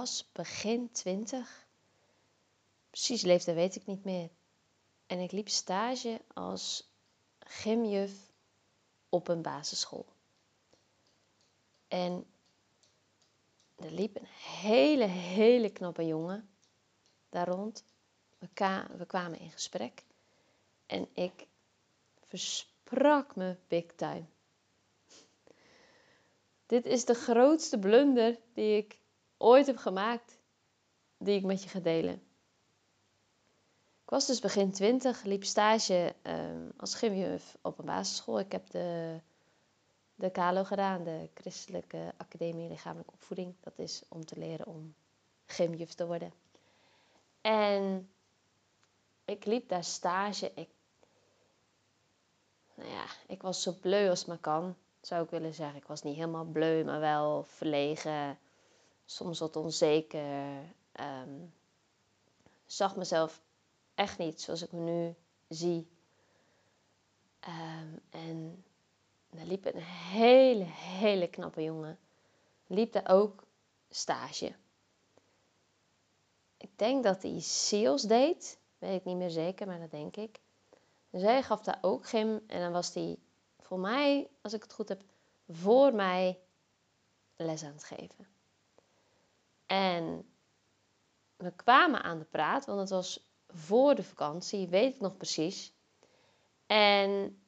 was begin 20. Precies leeftijd weet ik niet meer. En ik liep stage als gymjuf op een basisschool. En er liep een hele knappe jongen daar rond. We kwamen in gesprek. En ik versprak me big time. Dit is de grootste blunder die ik ooit heb gemaakt, die ik met je ga delen. Ik was dus begin 20, liep stage als gymjuf op een basisschool. Ik heb de KALO gedaan, de Christelijke Academie Lichamelijke Opvoeding. Dat is om te leren om gymjuf te worden. En ik liep daar stage. Ik was zo bleu als maar kan, zou ik willen zeggen. Ik was niet helemaal bleu, maar wel verlegen. Soms wat onzeker. Zag mezelf echt niet zoals ik me nu zie. En er liep een hele knappe jongen. Liep daar ook stage. Ik denk dat hij sales deed. Weet ik niet meer zeker, maar dat denk ik. Dus hij gaf daar ook gym. En dan was hij voor mij, als ik het goed heb, voor mij les aan het geven. En we kwamen aan de praat, want het was voor de vakantie, weet ik nog precies. En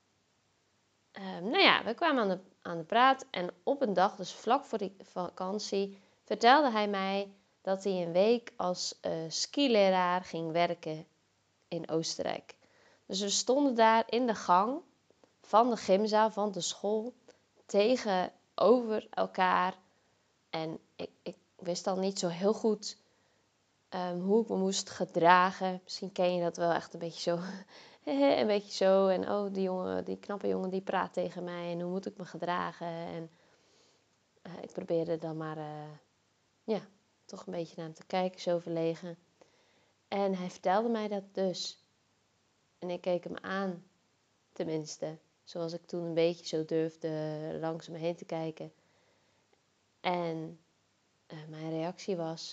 we kwamen aan de praat en op een dag, dus vlak voor die vakantie, vertelde hij mij dat hij een week als skileraar ging werken in Oostenrijk. Dus we stonden daar in de gang van de gymzaal, van de school, tegenover elkaar. En ik wist al niet zo heel goed hoe ik me moest gedragen. Misschien ken je dat wel, echt een beetje zo. Een beetje zo. En oh, die knappe jongen die praat tegen mij. En hoe moet ik me gedragen? En ik probeerde dan maar toch een beetje naar hem te kijken, zo verlegen. En hij vertelde mij dat dus. En ik keek hem aan, tenminste. Zoals ik toen een beetje zo durfde langs me heen te kijken. En mijn reactie was: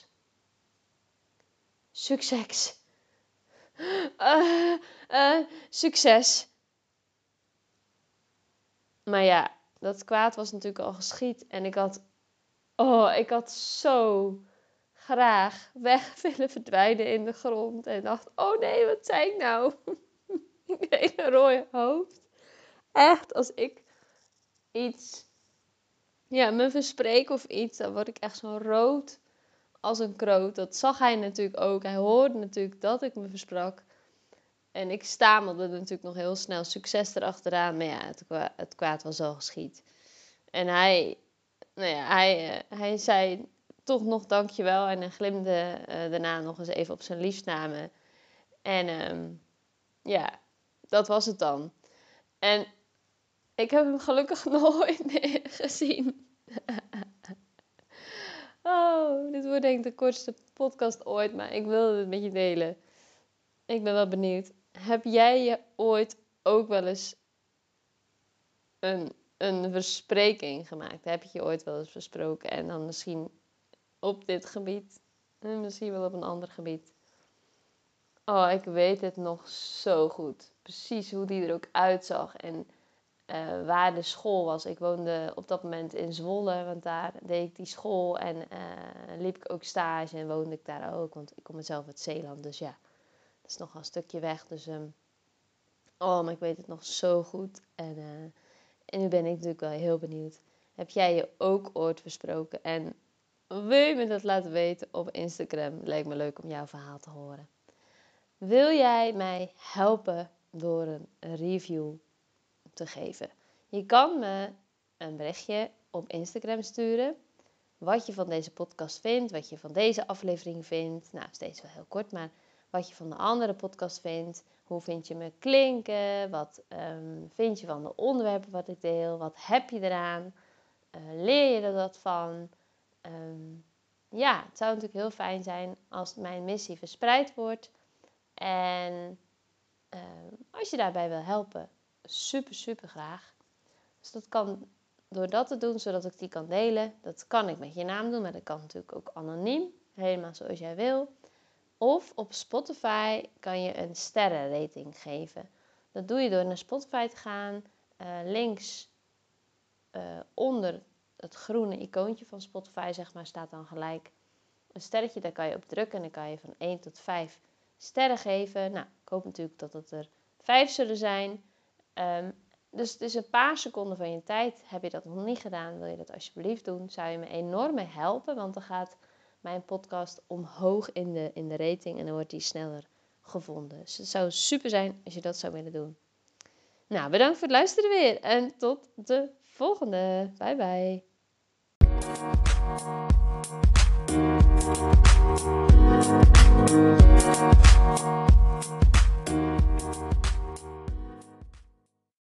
succes. Succes. Maar ja, dat kwaad was natuurlijk al geschied. En ik had zo graag weg willen verdwijnen in de grond. En dacht, oh nee, wat zei ik nou? Ik kreeg een rode hoofd. Echt, als ik me verspreek of iets, dan word ik echt zo rood als een kroot. Dat zag hij natuurlijk ook. Hij hoorde natuurlijk dat ik me versprak. En ik stamelde natuurlijk nog heel snel succes erachteraan. Maar ja, het kwaad was al geschied. En hij zei toch nog dankjewel. En hij glimde daarna nog eens even op zijn liefsnamen. En dat was het dan. En ik heb hem gelukkig nooit meer gezien. Oh, dit wordt denk ik de kortste podcast ooit. Maar ik wilde het met je delen. Ik ben wel benieuwd. Heb jij je ooit ook wel eens een verspreking gemaakt? Heb je je ooit wel eens versproken? En dan misschien op dit gebied. En misschien wel op een ander gebied. Oh, ik weet het nog zo goed. Precies hoe die er ook uitzag. En waar de school was. Ik woonde op dat moment in Zwolle. Want daar deed ik die school. En liep ik ook stage. En woonde ik daar ook. Want ik kom zelf uit Zeeland. Dus ja, dat is nog een stukje weg. Dus maar ik weet het nog zo goed. En nu ben ik natuurlijk wel heel benieuwd. Heb jij je ook ooit versproken? En wil je me dat laten weten op Instagram? Lijkt me leuk om jouw verhaal te horen. Wil jij mij helpen door een review te geven? Je kan me een berichtje op Instagram sturen. Wat je van deze podcast vindt. Wat je van deze aflevering vindt. Nou, steeds wel heel kort, maar wat je van de andere podcast vindt. Hoe vind je me klinken? Wat vind je van de onderwerpen wat ik deel? Wat heb je eraan? Leer je er wat van? Het zou natuurlijk heel fijn zijn als mijn missie verspreid wordt. En als je daarbij wil helpen, super graag. Dus dat kan door dat te doen, zodat ik die kan delen. Dat kan ik met je naam doen, maar dat kan natuurlijk ook anoniem. Helemaal zoals jij wil. Of op Spotify kan je een sterrenrating geven. Dat doe je door naar Spotify te gaan. Links onder het groene icoontje van Spotify, zeg maar, staat dan gelijk een sterretje. Daar kan je op drukken en dan kan je van 1 tot 5 sterren geven. Nou, ik hoop natuurlijk dat het er 5 zullen zijn. Dus het is een paar seconden van je tijd. Heb je dat nog niet gedaan, wil je dat alsjeblieft doen. Zou je me enorm mee helpen, want dan gaat mijn podcast omhoog in de rating en dan wordt die sneller gevonden. Dus het zou super zijn als je dat zou willen doen. Nou, bedankt voor het luisteren weer en tot de volgende. Bye bye.